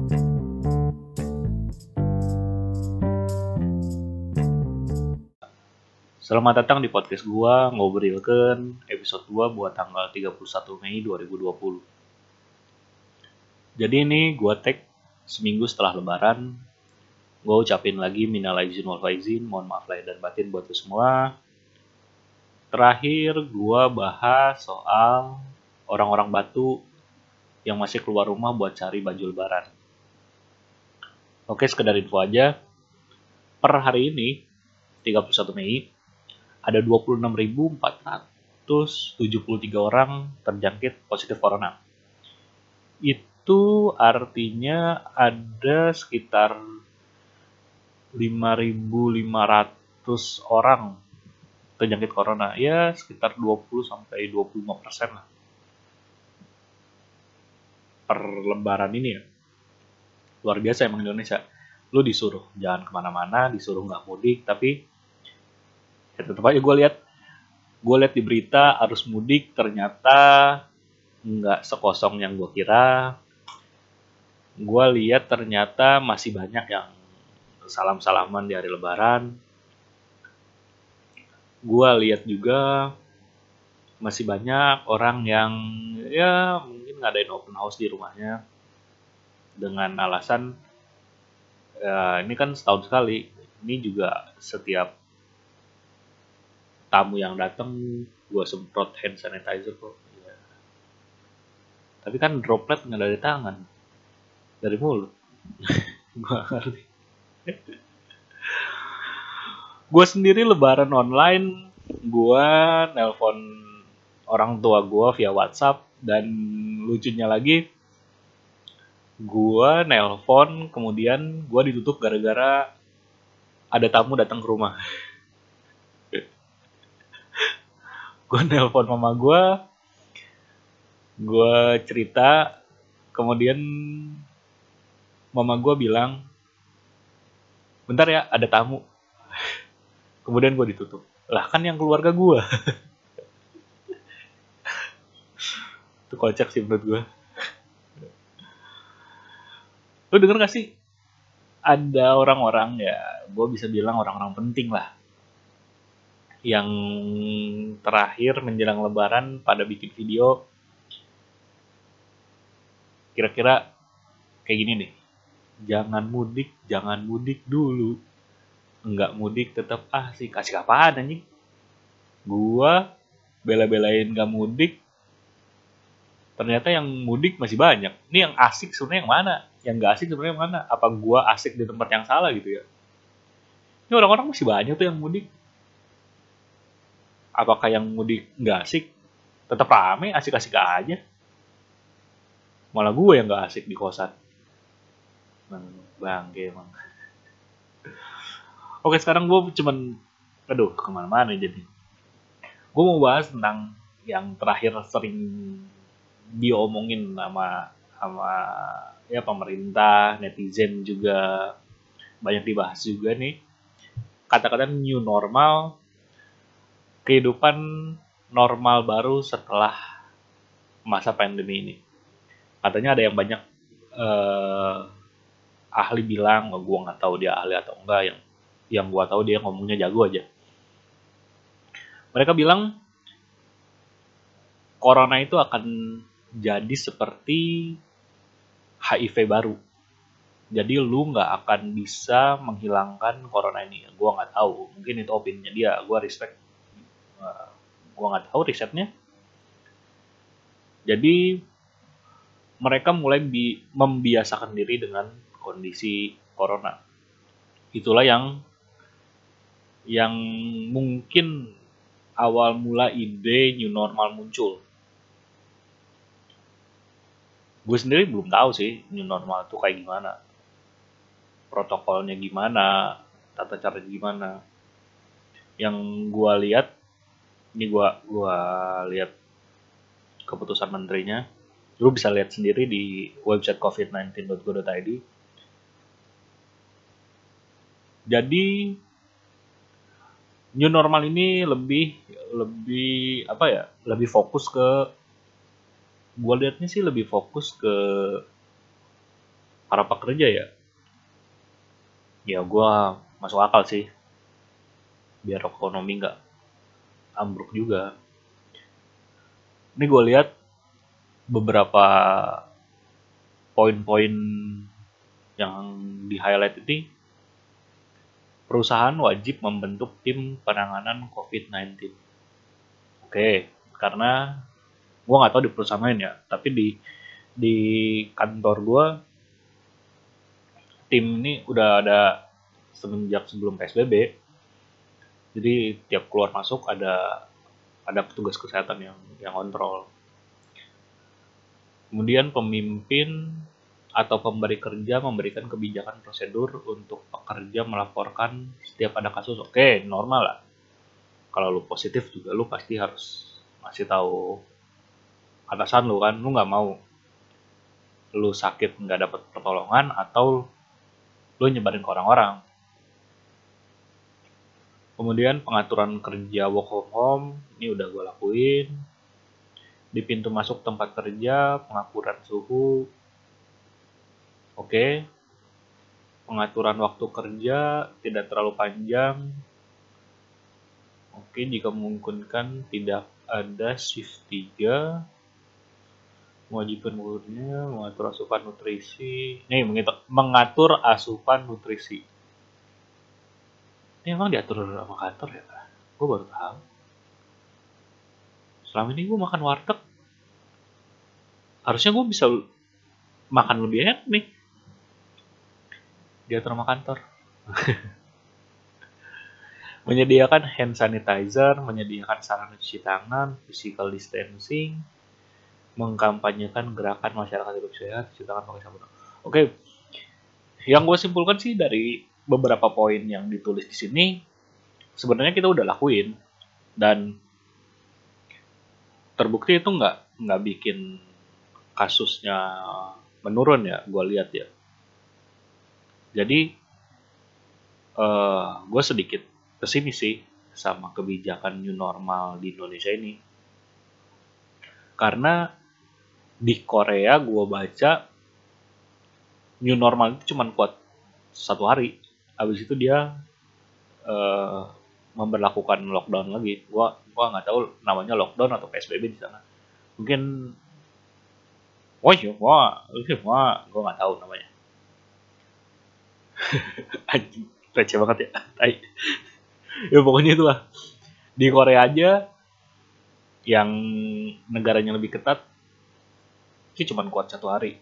Selamat datang di podcast gua ngobrilkeun episode 2 buat tanggal 31 Mei 2020. Jadi ini gua tag seminggu setelah lebaran. Gua ucapin lagi minal aidin wal faizin, mohon maaf lahir dan batin buat lu semua. Terakhir gua bahas soal orang-orang Batu yang masih keluar rumah buat cari baju lebaran. Oke, sekedar info aja. Per hari ini 31 Mei ada 26.473 orang terjangkit positif corona. Itu artinya ada sekitar 5.500 orang terjangkit corona. Ya, sekitar 20-25% lah. Per lebaran ini ya. Luar biasa emang Indonesia. Lu disuruh jangan kemana-mana, disuruh nggak mudik, tapi ya tetap aja gue lihat di berita arus mudik ternyata nggak sekosong yang gue kira. Gue lihat ternyata masih banyak yang salam-salaman di hari lebaran. Gue lihat juga masih banyak orang yang ya mungkin ngadain open house di rumahnya dengan alasan ya, ini kan setahun sekali. Ini juga setiap tamu yang datang gue semprot hand sanitizer kok. Ya. Tapi kan droplet nggak dari tangan, dari mulut. Gue ngerti. Gue sendiri lebaran online, gue nelpon orang tua gue via WhatsApp, dan lucunya lagi gue nelpon kemudian gue ditutup gara-gara ada tamu datang ke rumah. Gue nelpon mama gue cerita, kemudian mama gue bilang, bentar ya ada tamu. Kemudian gue ditutup. Lah kan yang keluarga gue. Itu kocak sih menurut gue. Lu denger gak sih? Ada orang-orang ya, gue bisa bilang orang-orang penting lah, yang terakhir menjelang lebaran pada bikin video kira-kira kayak gini nih. Jangan mudik dulu. Enggak mudik tetap asik. Asik apaan anjing? Gua bela-belain gak mudik. Ternyata yang mudik masih banyak. Ini yang asik sebenarnya yang mana? Yang gak asik sebenarnya yang mana? Apa gua asik di tempat yang salah gitu ya? Ini orang-orang masih banyak tuh yang mudik. Apakah yang mudik gak asik? Tetap rame, asik-asik aja. Malah gue yang gak asik di kosan. Bangke emang. Oke, sekarang gue kemana-mana jadi. Gue mau bahas tentang yang terakhir sering diomongin sama ya pemerintah, netizen juga banyak dibahas juga nih. Kata-kata new normal, kehidupan normal baru setelah masa pandemi ini. Katanya ada yang banyak ahli bilang, gue nggak tahu dia ahli atau enggak, yang gue tahu dia ngomongnya jago aja. Mereka bilang corona itu akan jadi seperti HIV baru. Jadi lu nggak akan bisa menghilangkan corona ini. Gue nggak tahu, mungkin itu opininya dia. Gue respect. Gue nggak tahu risetnya. Jadi mereka mulai membiasakan diri dengan kondisi corona. Itulah yang mungkin awal mula ide new normal muncul. Gue sendiri belum tahu sih new normal itu kayak gimana, protokolnya gimana, tata caranya gimana. Yang gue lihat, ini gue lihat keputusan menterinya. Lu bisa lihat sendiri di website covid19.go.id. Jadi new normal ini lebih fokus ke, gue liatnya sih lebih fokus ke para pekerja ya gue masuk akal sih, biar ekonomi nggak ambruk juga. Ini gue lihat beberapa poin-poin yang di highlight ini. Perusahaan wajib membentuk tim penanganan COVID-19. Oke, karena gue nggak tahu di perusahaan lain ya, tapi di kantor gue tim ini udah ada semenjak sebelum PSBB. Jadi tiap keluar masuk ada petugas kesehatan yang kontrol. Kemudian pemimpin atau pemberi kerja memberikan kebijakan prosedur untuk pekerja melaporkan setiap ada kasus. Oke, normal lah. Kalau lu positif juga lu pasti harus ngasih tahu atasan lu kan. Lu nggak mau lu sakit nggak dapat pertolongan atau lu nyebarin ke orang-orang. Kemudian pengaturan kerja work from home ini udah gue lakuin. Di pintu masuk tempat kerja pengukuran suhu. Oke. Pengaturan waktu kerja tidak terlalu panjang. Oke, jika memungkinkan tidak ada shift 3. Mewajibkan muridnya mengatur asupan nutrisi. Nih, mengatur asupan nutrisi. Ini emang diatur sama kantor ya? Gue baru tahu. Selama ini gue makan warteg. Harusnya gue bisa makan lebih enak nih. Diatur sama kantor. Menyediakan hand sanitizer, menyediakan sarana cuci tangan, physical distancing, mengkampanyekan gerakan masyarakat hidup sehat, cuci tangan pakai sabun. Oke, yang gue simpulkan sih dari beberapa poin yang ditulis di sini, sebenarnya kita udah lakuin dan terbukti itu nggak bikin kasusnya menurun ya, gue lihat ya. Jadi gue sedikit pesimis sih sama kebijakan new normal di Indonesia ini. Karena di Korea gue baca new normal itu cuma kuat 1 hari. Habis itu dia memberlakukan lockdown lagi. Gua nggak tahu namanya lockdown atau PSBB di sana. Mungkin gua nggak tahu namanya. Anjing, receh banget ya. Ya pokoknya itulah. Di Korea aja yang negaranya lebih ketat itu cuma kuat 1 hari.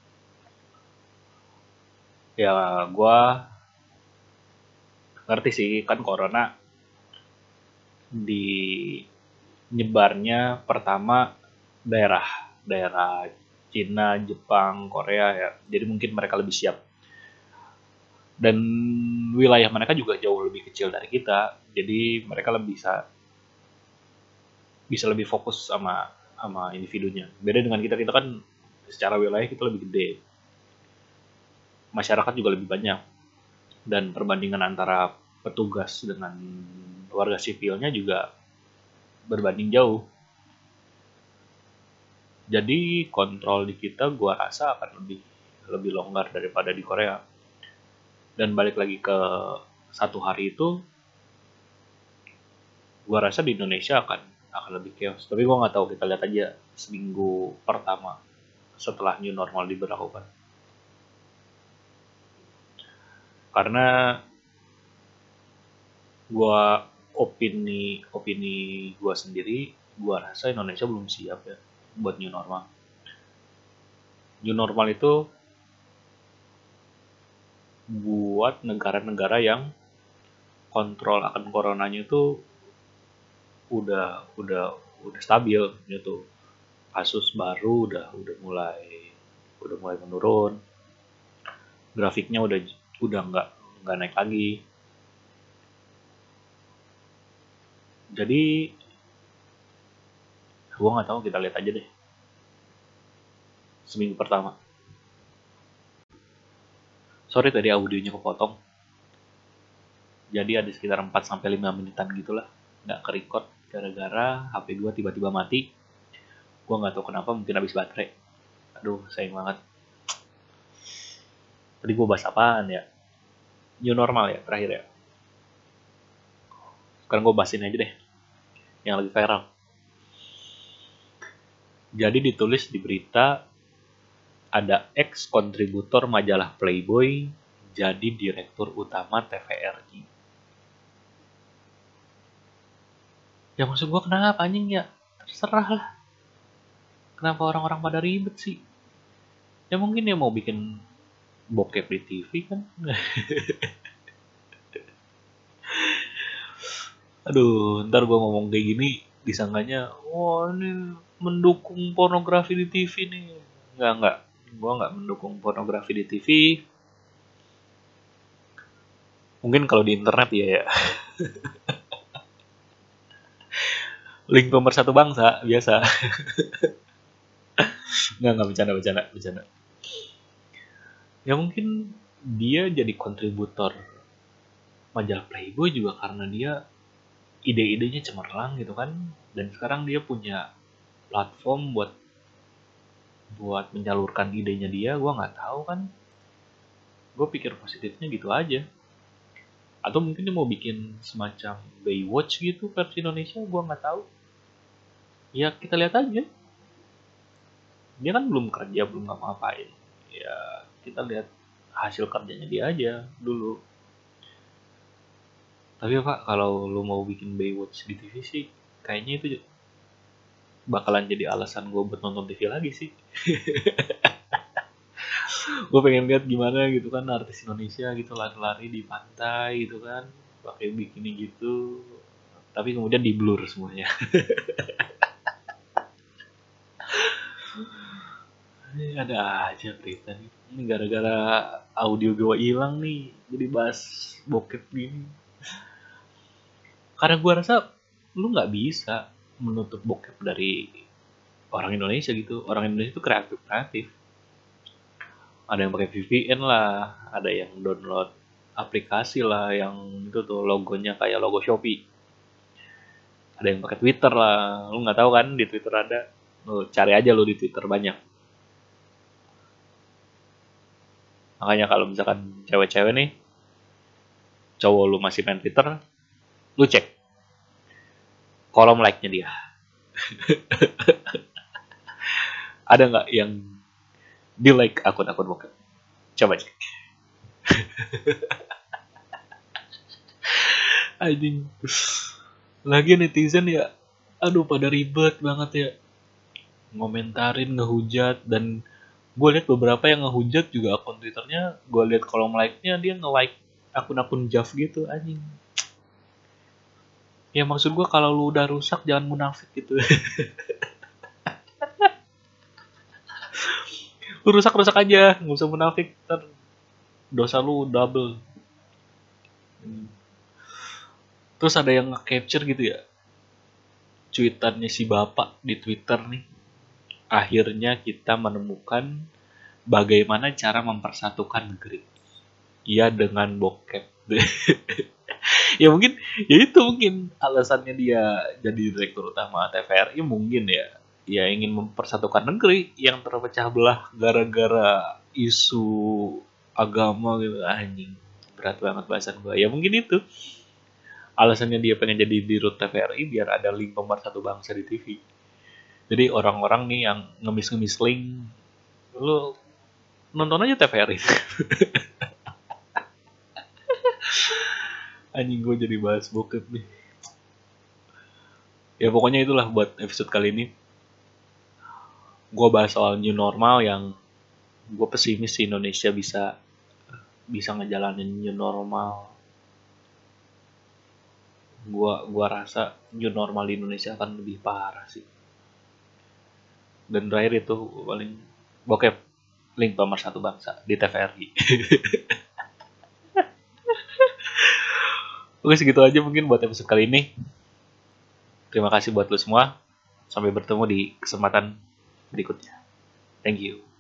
Ya gua ngerti sih kan corona di nyebarnya pertama daerah Cina, Jepang, Korea ya. Jadi mungkin mereka lebih siap. Dan wilayah mereka juga jauh lebih kecil dari kita. Jadi mereka bisa lebih fokus sama individunya. Beda dengan kita kan secara wilayah kita lebih gede. Masyarakat juga lebih banyak. Dan perbandingan antara petugas dengan warga sipilnya juga berbanding jauh. Jadi kontrol di kita gua rasa akan lebih longgar daripada di Korea. Dan balik lagi ke 1 hari itu, gua rasa di Indonesia akan lebih chaos. Tapi gua nggak tahu, kita lihat aja seminggu pertama setelah new normal diberlakukan. Karena gua opini gua sendiri, gua rasa Indonesia belum siap ya buat new normal. New normal itu buat negara-negara yang kontrol akan coronanya itu udah stabil gitu. Kasus baru udah mulai menurun. Grafiknya udah nggak naik lagi. Jadi gua nggak tahu, kita lihat aja deh seminggu pertama. Sorry tadi audionya kepotong. Jadi ada sekitar 4-5 menitan gitulah nggak ke-record gara-gara HP gue tiba-tiba mati. Gue nggak tahu kenapa, mungkin habis baterai. Aduh, sayang banget. Tadi gue bahas apaan ya? New normal ya terakhir ya. Sekarang gue bahas ini aja deh, yang lagi viral. Jadi ditulis di berita, ada ex kontributor majalah Playboy jadi direktur utama TVRI. Ya maksud gue kenapa anjing ya? Terserah lah. Kenapa orang-orang pada ribet sih? Ya mungkin dia mau bikin bokep di TV kan. Aduh, ntar gue ngomong kayak gini disangkanya, wah ini mendukung pornografi di TV nih. Enggak. Gue nggak mendukung pornografi di TV. Mungkin kalau di internet ya. Link pemersatu bangsa, biasa. Enggak bercanda. Ya mungkin dia jadi kontributor majalah Playboy juga karena dia ide-idenya cemerlang gitu kan. Dan sekarang dia punya platform buat menyalurkan idenya dia. Gue nggak tahu kan. Gue pikir positifnya gitu aja. Atau mungkin dia mau bikin semacam Baywatch gitu versi Indonesia, gue nggak tahu. Ya kita lihat aja. Dia kan belum kerja, belum ngapa-ngapain. Ya kita lihat hasil kerjanya dia aja dulu. Tapi Pak, kalau lu mau bikin Baywatch di TV sih, kayaknya itu bakalan jadi alasan gue buat nonton TV lagi sih. Gue pengen lihat gimana gitu kan artis Indonesia gitu lari-lari di pantai gitu kan, pakai bikini gitu. Tapi kemudian di blur semuanya. Ini ada aja berita nih. Ini gara-gara audio gue hilang nih, jadi bahas bokep gini. Karena gue rasa lu nggak bisa menutup bokep dari orang Indonesia gitu. Orang Indonesia itu kreatif. Ada yang pakai VPN lah, ada yang download aplikasi lah yang itu tuh logonya kayak logo Shopee. Ada yang pakai Twitter lah. Lu nggak tahu kan di Twitter ada. Lu cari aja lu di Twitter banyak. Makanya kalau misalkan cewek-cewek nih, cowok lu masih main Twitter, lu cek kolom like-nya dia. Ada nggak yang di like akun-akun bokep? Coba cek. Anjing. Lagi netizen ya, aduh pada ribet banget ya. Ngomentarin, ngehujat, dan gue lihat beberapa yang ngehujat juga akun Twitternya, gue lihat kolom like-nya dia nge-like akun-akun Jav gitu, anjing. Ya maksud gue kalau lu udah rusak jangan munafik gitu. Lu rusak aja, nggak usah munafik, ntar dosa lu double. Terus ada yang nge-capture gitu ya, cuitannya si bapak di Twitter nih. Akhirnya kita menemukan bagaimana cara mempersatukan negeri. Iya dengan bokep. Ya mungkin, ya itu mungkin alasannya dia jadi direktur utama TVRI mungkin ya. Ya ingin mempersatukan negeri yang terpecah belah gara-gara isu agama gitu, anjing. Berat banget bahasan gue. Ya mungkin itu alasannya dia pengen jadi dirut TVRI biar ada link pemersatu bangsa di TV. Jadi orang-orang nih yang ngemis-ngemis link, lu nonton aja TVRI. Anjing gue jadi bahas bokep nih. Ya pokoknya itulah buat episode kali ini. Gue bahas soal new normal yang gue pesimis sih Indonesia bisa ngejalanin new normal. Gua rasa new normal di Indonesia akan lebih parah sih. Dan terakhir itu paling bokep link pemersatu bangsa di TVRI. Oke segitu aja mungkin buat episode kali ini. Terima kasih buat lo semua. Sampai bertemu di kesempatan berikutnya. Thank you.